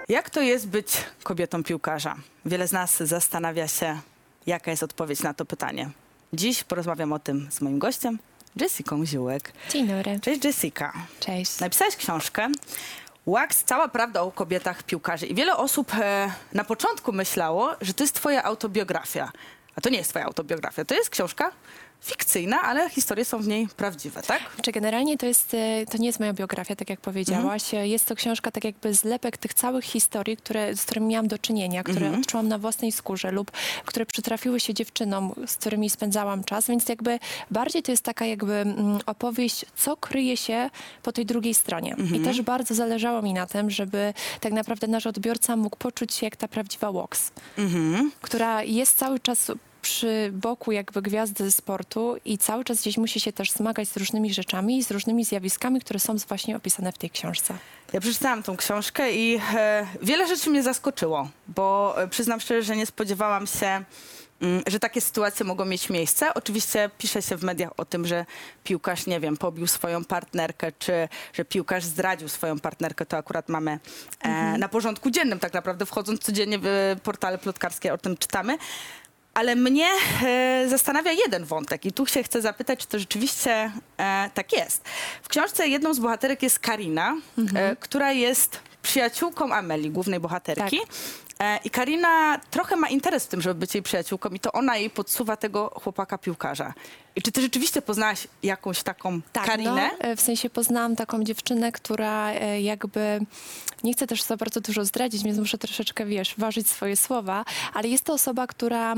Jak to jest być kobietą piłkarza? Wiele z nas zastanawia się, jaka jest odpowiedź na to pytanie. Dziś porozmawiam o tym z moim gościem, Jessiką Ziółek. Dzień dobry. Cześć Jessica. Cześć. Napisałaś książkę Wax, cała prawda o kobietach piłkarzy. I wiele osób na początku myślało, że to jest twoja autobiografia. A to nie jest twoja autobiografia, to jest książka fikcyjna, ale historie są w niej prawdziwe, tak? Czy generalnie to nie jest moja biografia, tak jak powiedziałaś. Jest to książka tak jakby zlepek tych całych historii, z którymi miałam do czynienia, które odczułam na własnej skórze lub które przytrafiły się dziewczynom, z którymi spędzałam czas, więc jakby bardziej to jest taka jakby opowieść, co kryje się po tej drugiej stronie. I też bardzo zależało mi na tym, żeby tak naprawdę nasz odbiorca mógł poczuć się jak ta prawdziwa Wax, która jest cały czas przy boku jakby gwiazdy sportu i cały czas gdzieś musi się też zmagać z różnymi rzeczami i z różnymi zjawiskami, które są właśnie opisane w tej książce. Ja przeczytałam tą książkę i wiele rzeczy mnie zaskoczyło, bo przyznam szczerze, że nie spodziewałam się, że takie sytuacje mogą mieć miejsce. Oczywiście pisze się w mediach o tym, że piłkarz, nie wiem, pobił swoją partnerkę, czy że piłkarz zdradził swoją partnerkę. To akurat mamy na porządku dziennym tak naprawdę, wchodząc codziennie w portale plotkarskie o tym czytamy. Ale mnie zastanawia jeden wątek i tu się chcę zapytać, czy to rzeczywiście tak jest. W książce jedną z bohaterek jest Karina, która jest przyjaciółką Ameli, głównej bohaterki. Tak. I Karina trochę ma interes w tym, żeby być jej przyjaciółką i to ona jej podsuwa tego chłopaka piłkarza. I czy ty rzeczywiście poznałaś jakąś taką Karinę? No, w sensie poznałam taką dziewczynę, która jakby, nie chcę też za bardzo dużo zdradzić, więc muszę troszeczkę, ważyć swoje słowa, ale jest to osoba, która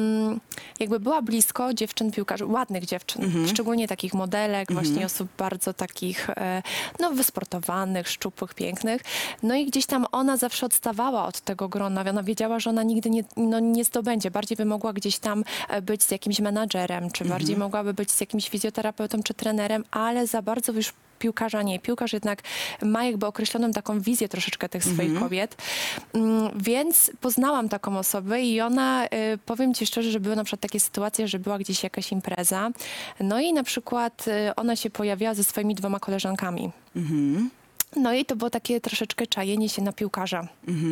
jakby była blisko dziewczyn piłkarzy, ładnych dziewczyn, szczególnie takich modelek, właśnie osób bardzo takich, no wysportowanych, szczupłych, pięknych. No i gdzieś tam ona zawsze odstawała od tego grona. Ona wiedziała, że ona nigdy nie zdobędzie. Bardziej by mogła gdzieś tam być z jakimś menadżerem, czy bardziej mogłaby być z jakimś fizjoterapeutą, czy trenerem, ale za bardzo już piłkarza nie. Piłkarz jednak ma jakby określoną taką wizję troszeczkę tych swoich kobiet. Więc poznałam taką osobę i ona, powiem ci szczerze, że były na przykład takie sytuacje, że była gdzieś jakaś impreza. No i na przykład ona się pojawiała ze swoimi 2 koleżankami. No i to było takie troszeczkę czajenie się na piłkarza.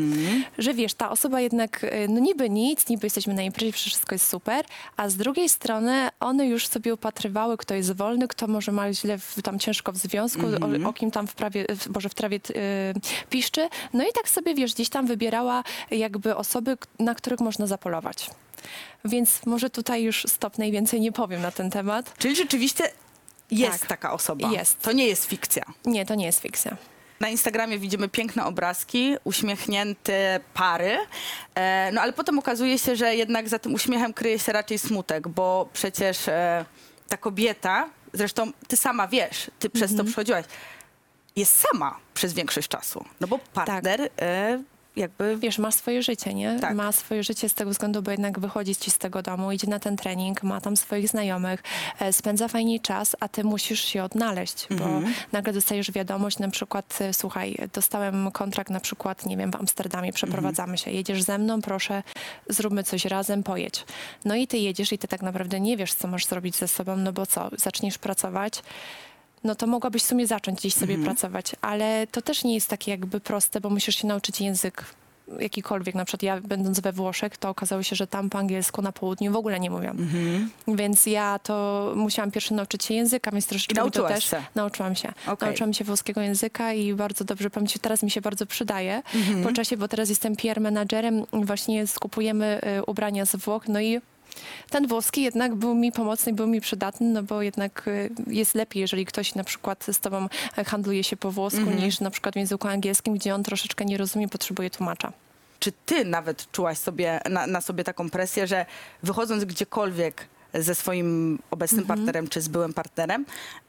Że wiesz, ta osoba jednak, no niby nic, niby jesteśmy na imprezie, wszystko jest super, a z drugiej strony one już sobie upatrywały, kto jest wolny, kto może ma źle, tam ciężko w związku, o kim tam w trawie piszczy. No i tak sobie, wiesz, gdzieś tam wybierała jakby osoby, na których można zapolować. Więc może tutaj już stopnę i więcej nie powiem na ten temat. Czyli rzeczywiście jest taka osoba. Jest. To nie jest fikcja. Nie, to nie jest fikcja. Na Instagramie widzimy piękne obrazki, uśmiechnięte pary, no ale potem okazuje się, że jednak za tym uśmiechem kryje się raczej smutek, bo przecież ta kobieta, zresztą ty sama wiesz, ty przez to przechodziłaś, jest sama przez większość czasu, no bo partner jakby... Wiesz, ma swoje życie, nie? Tak. Ma swoje życie z tego względu, bo jednak wychodzi ci z tego domu, idzie na ten trening, ma tam swoich znajomych, spędza fajnie czas, a ty musisz się odnaleźć, bo nagle dostajesz wiadomość, na przykład, słuchaj, dostałem kontrakt na przykład, nie wiem, w Amsterdamie, przeprowadzamy się, jedziesz ze mną, proszę, zróbmy coś razem, pojedź. No i ty jedziesz i ty tak naprawdę nie wiesz, co masz zrobić ze sobą, no bo co, zaczniesz pracować, no to mogłabyś w sumie zacząć gdzieś sobie pracować, ale to też nie jest takie jakby proste, bo musisz się nauczyć język jakikolwiek. Na przykład ja będąc we Włoszech, to okazało się, że tam po angielsku na południu w ogóle nie mówią. Więc ja to musiałam pierwszy nauczyć się języka, więc troszeczkę I nauczyłaś to też się? nauczyłam się. Okay. Nauczyłam się włoskiego języka i bardzo dobrze pamiętam, teraz mi się bardzo przydaje po czasie, bo teraz jestem PR menadżerem i właśnie skupujemy ubrania z Włoch, no i ten włoski jednak był mi pomocny, był mi przydatny, no bo jednak jest lepiej, jeżeli ktoś na przykład z tobą handluje się po włosku, niż na przykład w języku angielskim, gdzie on troszeczkę nie rozumie, potrzebuje tłumacza. Czy ty nawet czułaś sobie na sobie taką presję, że wychodząc gdziekolwiek ze swoim obecnym partnerem czy z byłym partnerem,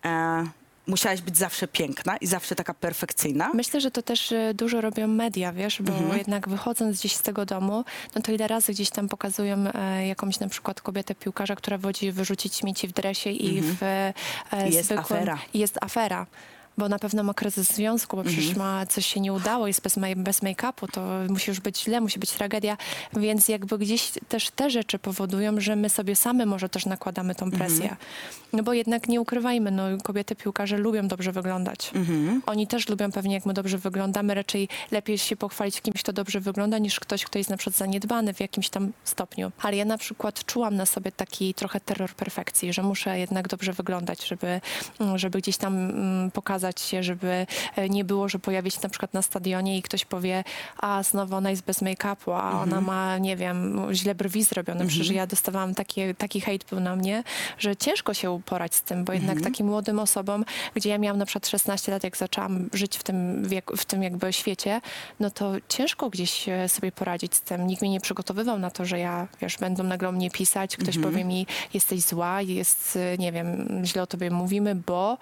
musiałaś być zawsze piękna i zawsze taka perfekcyjna? Myślę, że to też dużo robią media, wiesz, bo jednak wychodząc gdzieś z tego domu, no to ile razy gdzieś tam pokazują jakąś na przykład kobietę piłkarza, która wodzi wyrzucić śmieci w dresie i w jest zwykłym... afera. Jest afera. bo na pewno ma kryzys związku, bo przecież coś się nie udało, jest bez make-upu, to musi już być źle, musi być tragedia, więc jakby gdzieś też te rzeczy powodują, że my sobie same może też nakładamy tą presję. No bo jednak nie ukrywajmy, no kobiety piłkarze lubią dobrze wyglądać. Oni też lubią pewnie, jak my dobrze wyglądamy, raczej lepiej jest się pochwalić kimś, kto dobrze wygląda, niż ktoś, kto jest na przykład zaniedbany w jakimś tam stopniu. Ale ja na przykład czułam na sobie taki trochę terror perfekcji, że muszę jednak dobrze wyglądać, żeby gdzieś tam pokazać się, żeby nie było, że pojawi się na przykład na stadionie i ktoś powie, a znowu ona jest bez make-upu, a ona ma, nie wiem, źle brwi zrobione. Przecież ja dostawałam taki hejt był na mnie, że ciężko się uporać z tym, bo jednak takim młodym osobom, gdzie ja miałam na przykład 16 lat, jak zaczęłam żyć w tym wieku, w tym jakby świecie, no to ciężko gdzieś sobie poradzić z tym. Nikt mnie nie przygotowywał na to, że będą nagle o mnie pisać, ktoś powie mi, jesteś zła, nie wiem, źle o tobie mówimy, bo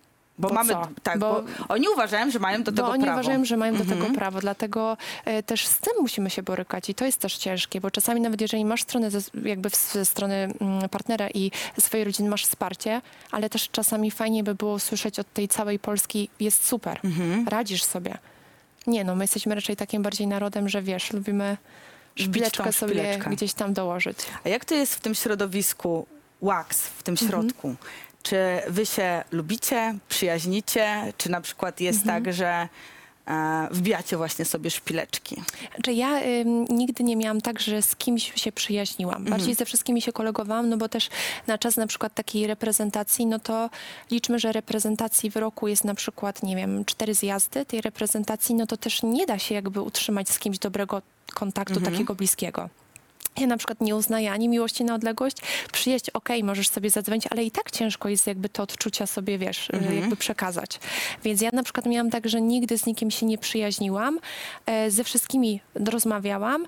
mamy, co? tak, bo oni uważają, że mają do tego oni prawo. uważają, że mają do tego prawo, dlatego też z tym musimy się borykać i to jest też ciężkie, bo czasami nawet jeżeli masz stronę, jakby ze strony partnera i swojej rodziny masz wsparcie, ale też czasami fajnie by było słyszeć od tej całej Polski, jest super, radzisz sobie. Nie no, my jesteśmy raczej takim bardziej narodem, że wiesz, lubimy szpileczkę sobie gdzieś tam dołożyć. A jak to jest w tym środowisku wax, w tym środku? Czy wy się lubicie, przyjaźnicie, czy na przykład jest tak, że wbijacie właśnie sobie szpileczki? Znaczy ja nigdy nie miałam tak, że z kimś się przyjaźniłam. Bardziej ze wszystkimi się kolegowałam, no bo też na czas na przykład takiej reprezentacji, no to liczmy, że reprezentacji w roku jest na przykład, nie wiem, 4 zjazdy tej reprezentacji, no to też nie da się jakby utrzymać z kimś dobrego kontaktu, takiego bliskiego. Ja na przykład nie uznaję ani miłości na odległość, przyjeść, możesz sobie zadzwonić, ale i tak ciężko jest jakby te odczucia sobie, wiesz, jakby przekazać. Więc ja na przykład miałam tak, że nigdy z nikim się nie przyjaźniłam, ze wszystkimi rozmawiałam,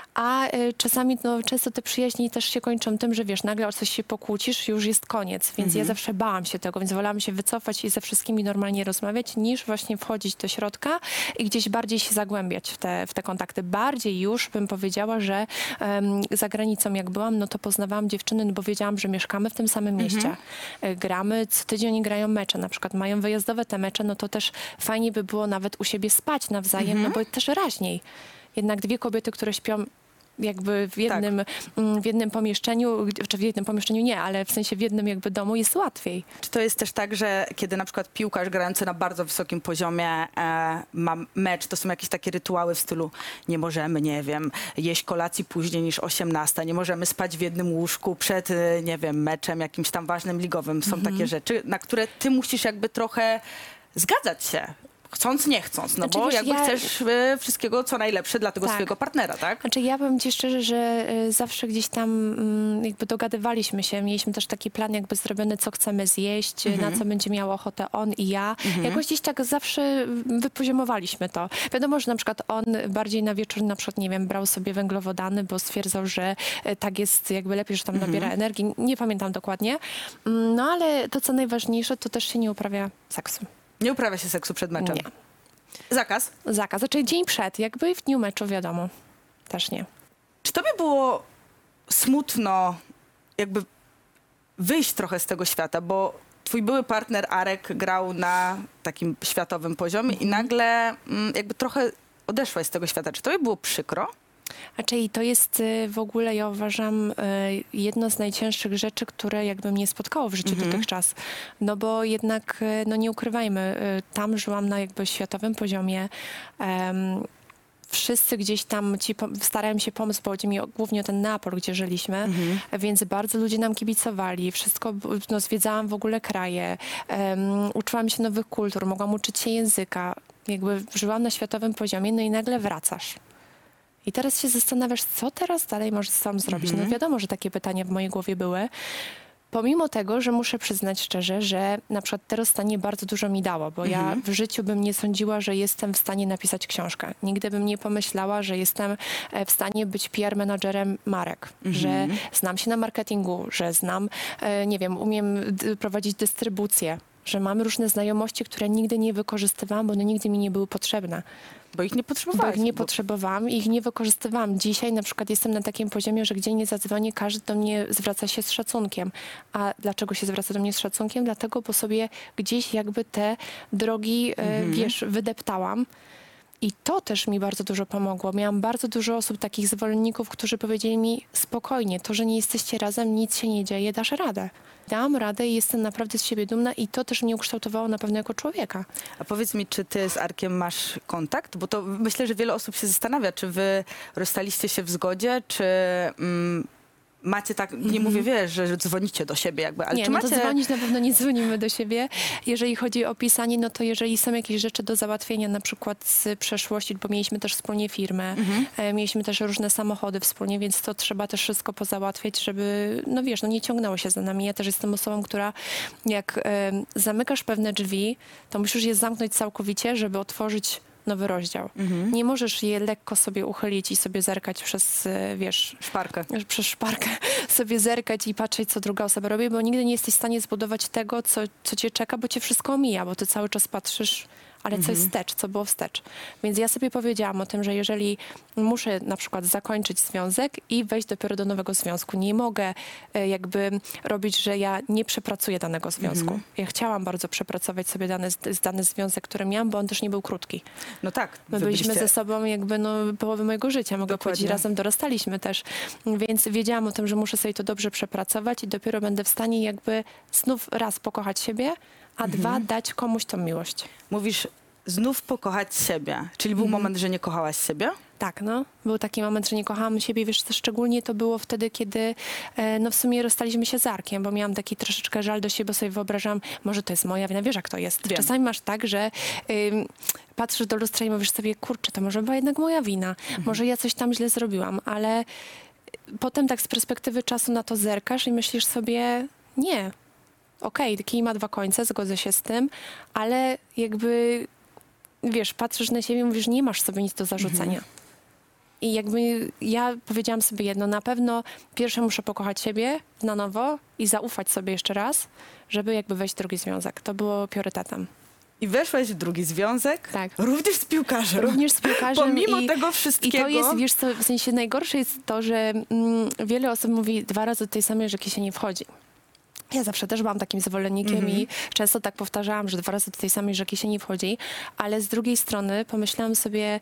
a czasami, no, często te przyjaźnie też się kończą tym, że wiesz, nagle o coś się pokłócisz, już jest koniec, więc ja zawsze bałam się tego, więc wolałam się wycofać i ze wszystkimi normalnie rozmawiać, niż właśnie wchodzić do środka i gdzieś bardziej się zagłębiać w te kontakty. Bardziej już bym powiedziała, że za granicą jak byłam, no to poznawałam dziewczyny, no bo wiedziałam, że mieszkamy w tym samym mieście. Gramy, co tydzień oni grają mecze, na przykład mają wyjazdowe te mecze, no to też fajnie by było nawet u siebie spać nawzajem, no bo też raźniej. Jednak dwie kobiety, które śpią jakby w jednym pomieszczeniu, czy w jednym pomieszczeniu nie, ale w sensie w jednym jakby domu jest łatwiej. Czy to jest też tak, że kiedy na przykład piłkarz grający na bardzo wysokim poziomie ma mecz, to są jakieś takie rytuały w stylu nie możemy, nie wiem, jeść kolacji później niż 18, nie możemy spać w jednym łóżku przed, nie wiem, meczem jakimś tam ważnym ligowym. Są takie rzeczy, na które ty musisz jakby trochę zgadzać się. Chcąc, nie chcąc, no znaczy, bo wiesz, jakby chcesz wszystkiego, co najlepsze dla tego swojego partnera, tak? Znaczy ja powiem ci szczerze, że zawsze gdzieś tam jakby dogadywaliśmy się, mieliśmy też taki plan jakby zrobiony, co chcemy zjeść, na co będzie miał ochotę on i ja. Jakoś gdzieś tak zawsze wypoziomowaliśmy to. Wiadomo, że na przykład on bardziej na wieczór na przykład, nie wiem, brał sobie węglowodany, bo stwierdzał, że tak jest jakby lepiej, że tam nabiera energii. Nie pamiętam dokładnie. No ale to, co najważniejsze, to też się nie uprawia seksu. Nie uprawia się seksu przed meczem? Nie. Zakaz? Zakaz. Znaczy dzień przed, jakby i w dniu meczu, wiadomo. Też nie. Czy tobie było smutno jakby wyjść trochę z tego świata, bo twój były partner Arek grał na takim światowym poziomie i nagle jakby trochę odeszłaś z tego świata. Czy tobie było przykro? Znaczy to jest w ogóle, ja uważam, jedno z najcięższych rzeczy, które jakby mnie spotkało w życiu dotychczas. No bo jednak, no nie ukrywajmy, tam żyłam na jakby światowym poziomie. Wszyscy gdzieś tam starałem się pomóc, bo chodzi mi głównie o ten Neapol, gdzie żyliśmy, więc bardzo ludzie nam kibicowali, wszystko, no, zwiedzałam w ogóle kraje, uczyłam się nowych kultur, mogłam uczyć się języka, jakby żyłam na światowym poziomie, no i nagle wracasz. I teraz się zastanawiasz, co teraz dalej możesz sam zrobić. No wiadomo, że takie pytania w mojej głowie były. Pomimo tego, że muszę przyznać szczerze, że na przykład to rozstanie bardzo dużo mi dało, bo ja w życiu bym nie sądziła, że jestem w stanie napisać książkę. Nigdy bym nie pomyślała, że jestem w stanie być PR menadżerem marek, że znam się na marketingu, że znam, nie wiem, umiem prowadzić dystrybucję. że mam różne znajomości, które nigdy nie wykorzystywałam, bo one nigdy mi nie były potrzebne. Bo ich nie Bo potrzebowałeś. ich nie potrzebowałam i ich nie wykorzystywałam. Dzisiaj na przykład jestem na takim poziomie, że gdzie nie zadzwonię, każdy do mnie zwraca się z szacunkiem. A dlaczego się zwraca do mnie z szacunkiem? Dlatego, bo sobie gdzieś jakby te drogi, wiesz, wydeptałam. I to też mi bardzo dużo pomogło. Miałam bardzo dużo osób, takich zwolenników, którzy powiedzieli mi spokojnie, to, że nie jesteście razem, nic się nie dzieje, dasz radę. Dałam radę i jestem naprawdę z siebie dumna i to też mnie ukształtowało na pewno jako człowieka. A powiedz mi, czy ty z Arkiem masz kontakt? Bo to myślę, że wiele osób się zastanawia, czy wy rozstaliście się w zgodzie, czy macie tak, nie mówię, wiesz, że dzwonicie do siebie jakby, ale Nie, czy no macie... to dzwonić na pewno nie dzwonimy do siebie. Jeżeli chodzi o pisanie, no to jeżeli są jakieś rzeczy do załatwienia, na przykład z przeszłości, bo mieliśmy też wspólnie firmę, mieliśmy też różne samochody wspólnie, więc to trzeba też wszystko pozałatwiać, żeby, no wiesz, no nie ciągnęło się za nami. Ja też jestem osobą, która jak zamykasz pewne drzwi, to musisz je zamknąć całkowicie, żeby otworzyć nowy rozdział. Nie możesz je lekko sobie uchylić i sobie zerkać przez, wiesz, Szparkę. przez szparkę sobie zerkać i patrzeć, co druga osoba robi, bo nigdy nie jesteś w stanie zbudować tego, co cię czeka, bo cię wszystko omija, bo ty cały czas patrzysz, ale co jest wstecz, co było wstecz. Więc ja sobie powiedziałam o tym, że jeżeli muszę na przykład zakończyć związek i wejść dopiero do nowego związku, nie mogę jakby robić, że ja nie przepracuję danego związku. Ja chciałam bardzo przepracować sobie dany związek, który miałam, bo on też nie był krótki. No tak. My wy byliśmy byliście- ze sobą jakby połowę mojego życia, mogę Dokładnie. powiedzieć, razem dorastaliśmy też. Więc wiedziałam o tym, że muszę sobie to dobrze przepracować i dopiero będę w stanie jakby znów raz pokochać siebie, a dwa dać komuś tą miłość. Mówisz, znów pokochać siebie. Czyli był moment, że nie kochałaś siebie? Tak, no. Był taki moment, że nie kochałam siebie. Wiesz, co szczególnie to było wtedy, kiedy no w sumie rozstaliśmy się z Arkiem, bo miałam taki troszeczkę żal do siebie, bo sobie wyobrażam, może to jest moja wina. Wiesz, jak to jest. Wiem. Czasami masz tak, że patrzysz do lustra i mówisz sobie, kurczę, to może była jednak moja wina. Może ja coś tam źle zrobiłam, ale potem tak z perspektywy czasu na to zerkasz i myślisz sobie, nie. Okej, kij ma dwa końce, zgodzę się z tym, ale jakby, wiesz, patrzysz na siebie i mówisz, nie masz sobie nic do zarzucenia. I jakby ja powiedziałam sobie jedno, na pewno pierwsze muszę pokochać siebie na nowo i zaufać sobie jeszcze raz, żeby jakby wejść w drugi związek. To było priorytetem. I weszłaś w drugi związek? Tak. Również z piłkarzem. Również z piłkarzem. Pomimo tego I wszystkiego. to jest, wiesz co, w sensie najgorsze jest to, że wiele osób mówi 2 razy do tej samej rzeki się nie wchodzi. Ja zawsze też byłam takim zwolennikiem i często tak powtarzałam, że 2 razy do tej samej rzeki się nie wchodzi, ale z drugiej strony pomyślałam sobie,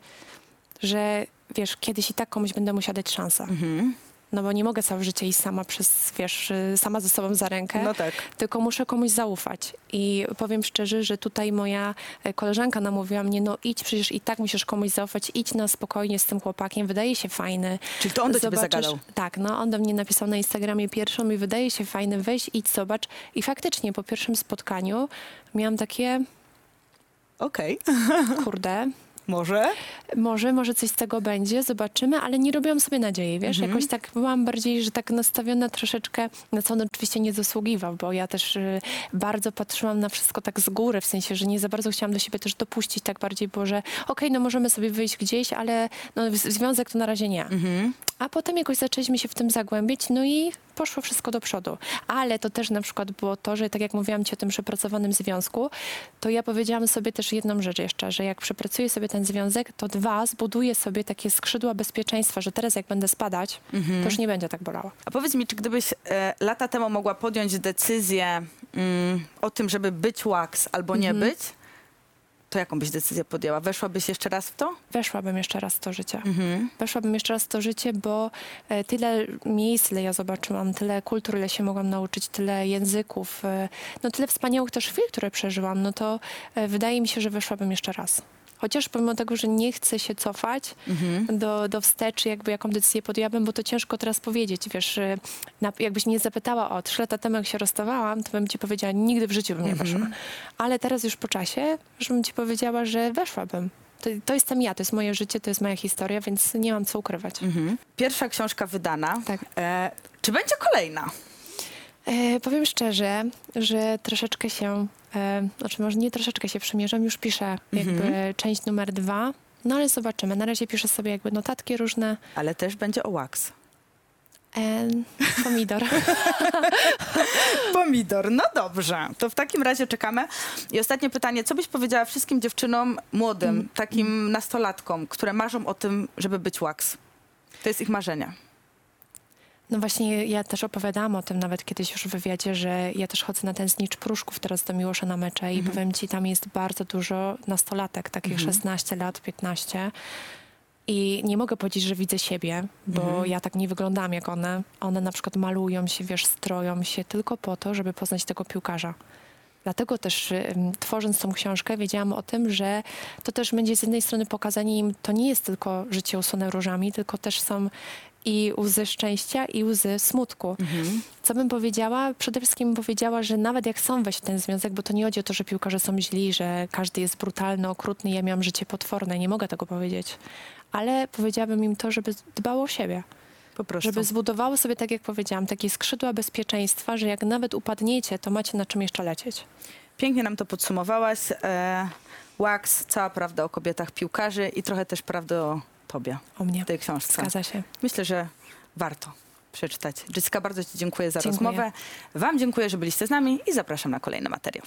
że wiesz, kiedyś i tak komuś będę musiała dać szansę. No bo nie mogę całe życie iść sama sama ze sobą za rękę, No tak. tylko muszę komuś zaufać. I powiem szczerze, że tutaj moja koleżanka namówiła mnie, no idź, przecież i tak musisz komuś zaufać, idź na spokojnie z tym chłopakiem, wydaje się fajny. Czyli to on do ciebie zagadał. Tak, no on do mnie napisał na Instagramie pierwszą i wydaje się fajny, weź, idź, zobacz. I faktycznie po pierwszym spotkaniu miałam takie, Okej. kurde, Może? może coś z tego będzie, zobaczymy, ale nie robiłam sobie nadziei, wiesz? Jakoś tak byłam bardziej, że tak nastawiona troszeczkę, na co on oczywiście nie zasługiwał, bo ja też bardzo patrzyłam na wszystko tak z góry, w sensie, że nie za bardzo chciałam do siebie też dopuścić, tak bardziej było, że okej, no możemy sobie wyjść gdzieś, ale no, związek to na razie nie. A potem jakoś zaczęliśmy się w tym zagłębić, no i poszło wszystko do przodu. Ale to też na przykład było to, że tak jak mówiłam ci o tym przepracowanym związku, to ja powiedziałam sobie też jedną rzecz jeszcze, że jak przepracuję sobie ten związek, to 2, zbuduję sobie takie skrzydła bezpieczeństwa, że teraz jak będę spadać, to już nie będzie tak bolało. A powiedz mi, czy gdybyś lata temu mogła podjąć decyzję o tym, żeby być wax albo nie być, to jaką byś decyzję podjęła? Weszłabyś jeszcze raz w to? Weszłabym jeszcze raz w to życie. Weszłabym jeszcze raz w to życie, bo tyle miejsc, ile ja zobaczyłam, tyle kultur, ile się mogłam nauczyć, tyle języków, no tyle wspaniałych też chwil, które przeżyłam, no to wydaje mi się, że weszłabym jeszcze raz. Chociaż pomimo tego, że nie chcę się cofać do wstecz, jakby jaką decyzję podjęłabym, bo to ciężko teraz powiedzieć, wiesz, jakbyś mnie zapytała o 3 lata temu, jak się rozstawałam, to bym ci powiedziała, nigdy w życiu bym nie weszła. Ale teraz już po czasie, żebym ci powiedziała, że weszłabym. To jestem ja, to jest moje życie, to jest moja historia, więc nie mam co ukrywać. Pierwsza książka wydana. Tak. Czy będzie kolejna? Powiem szczerze, że troszeczkę się, znaczy może nie troszeczkę się przymierzam, już piszę jakby część numer 2, no ale zobaczymy. Na razie piszę sobie jakby notatki różne. Ale też będzie o wax. Pomidor. Pomidor, no dobrze. To w takim razie czekamy. I ostatnie pytanie. Co byś powiedziała wszystkim dziewczynom młodym, takim nastolatkom, które marzą o tym, żeby być wax? To jest ich marzenie. No właśnie, ja też opowiadałam o tym nawet kiedyś już w wywiadzie, że ja też chodzę na ten znicz Pruszków teraz do Miłosza na mecze i powiem ci, tam jest bardzo dużo nastolatek, takich 16 lat, 15. I nie mogę powiedzieć, że widzę siebie, bo ja tak nie wyglądam jak one. One na przykład malują się, wiesz, stroją się tylko po to, żeby poznać tego piłkarza. Dlatego też tworząc tą książkę wiedziałam o tym, że to też będzie z jednej strony pokazanie im, to nie jest tylko życie usłane różami, tylko też są i łzy szczęścia, i łzy smutku. Co bym powiedziała? Przede wszystkim bym powiedziała, że nawet jak chcą wejść w ten związek, bo to nie chodzi o to, że piłkarze są źli, że każdy jest brutalny, okrutny, ja miałam życie potworne, nie mogę tego powiedzieć. Ale powiedziałabym im to, żeby dbało o siebie. Po prostu. Żeby zbudowały sobie, tak jak powiedziałam, takie skrzydła bezpieczeństwa, że jak nawet upadniecie, to macie na czym jeszcze lecieć. Pięknie nam to podsumowałaś. Wax, cała prawda o kobietach piłkarzy i trochę też prawdy o tobie O mnie. w tej książce. Zgadza się. Myślę, że warto przeczytać. Jessica, bardzo ci dziękuję za Dziękuję. rozmowę. Wam dziękuję, że byliście z nami i zapraszam na kolejny materiał.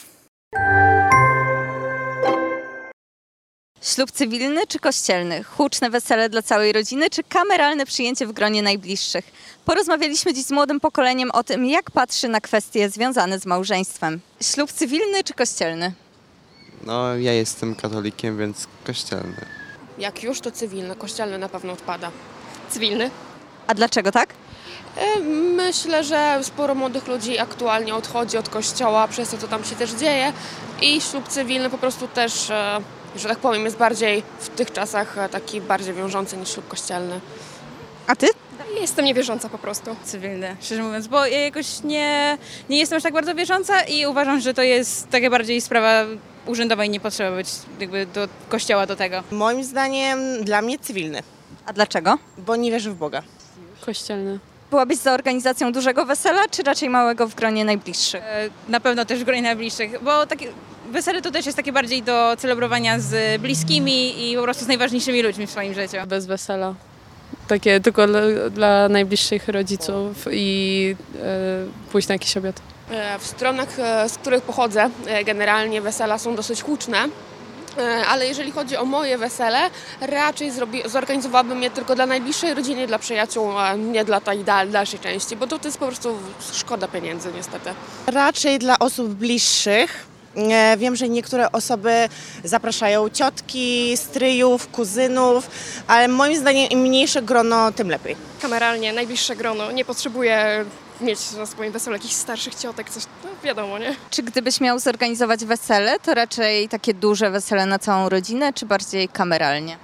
Ślub cywilny czy kościelny? Huczne wesele dla całej rodziny czy kameralne przyjęcie w gronie najbliższych? Porozmawialiśmy dziś z młodym pokoleniem o tym, jak patrzy na kwestie związane z małżeństwem. Ślub cywilny czy kościelny? No, ja jestem katolikiem, więc kościelny. Jak już, to cywilny, kościelny na pewno odpada. Cywilny? A dlaczego tak? Myślę, że sporo młodych ludzi aktualnie odchodzi od kościoła przez to, co tam się też dzieje i ślub cywilny po prostu też, że tak powiem, jest bardziej w tych czasach taki bardziej wiążący niż ślub kościelny. A ty? Jestem niewierząca po prostu. Cywilny, szczerze mówiąc, bo ja jakoś nie jestem aż tak bardzo wierząca i uważam, że to jest taka bardziej sprawa urzędowa i nie potrzeba być jakby do kościoła do tego. Moim zdaniem dla mnie cywilny, A dlaczego? bo nie wierzę w Boga. Kościelny. Byłabyś za organizacją dużego wesela czy raczej małego w gronie najbliższych? Na pewno też w gronie najbliższych, bo takie wesele to też jest takie bardziej do celebrowania z bliskimi i po prostu z najważniejszymi ludźmi w swoim życiu. Bez wesela. Takie tylko dla najbliższych rodziców i pójść na jakiś obiad. W stronach, z których pochodzę, generalnie wesela są dosyć huczne. Ale jeżeli chodzi o moje wesele, raczej zorganizowałabym je tylko dla najbliższej rodziny, dla przyjaciół, a nie dla tej dalszej części, bo to jest po prostu szkoda pieniędzy niestety. Raczej dla osób bliższych. Wiem, że niektóre osoby zapraszają ciotki, stryjów, kuzynów, ale moim zdaniem im mniejsze grono, tym lepiej. Kameralnie, najbliższe grono. Nie potrzebuję mieć na swoim weselu jakichś starszych ciotek, coś, no wiadomo, nie? Czy gdybyś miał zorganizować wesele, to raczej takie duże wesele na całą rodzinę, czy bardziej kameralnie?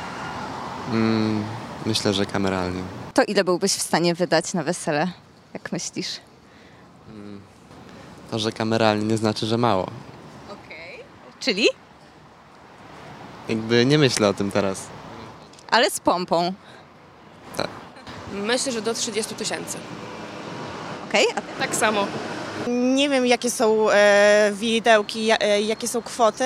Myślę, że kameralnie. To ile byłbyś w stanie wydać na wesele, jak myślisz? To, że kameralnie nie znaczy, że mało. Okej. Czyli? Jakby nie myślę o tym teraz. Ale z pompą. Myślę, że do 30 000. Okej? A Tak samo. Nie wiem, jakie są widełki, jakie są kwoty.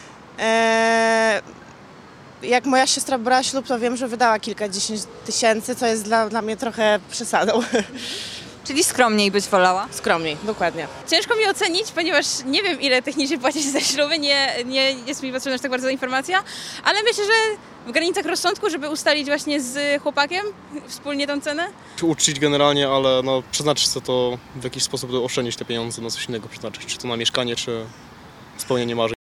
Jak moja siostra brała ślub, to wiem, że wydała kilkadziesiąt tysięcy, co jest dla mnie trochę przesadą. Czyli skromniej byś wolała? Skromniej, dokładnie. Ciężko mi ocenić, ponieważ nie wiem, ile technicznie płacić za śluby, nie jest mi potrzebna aż tak bardzo informacja, ale myślę, że w granicach rozsądku, żeby ustalić właśnie z chłopakiem wspólnie tą cenę. Uczcić generalnie, ale no, przeznaczyć sobie to w jakiś sposób, oszczędzić te pieniądze na coś innego przeznaczyć, czy to na mieszkanie, czy spełnienie marzeń.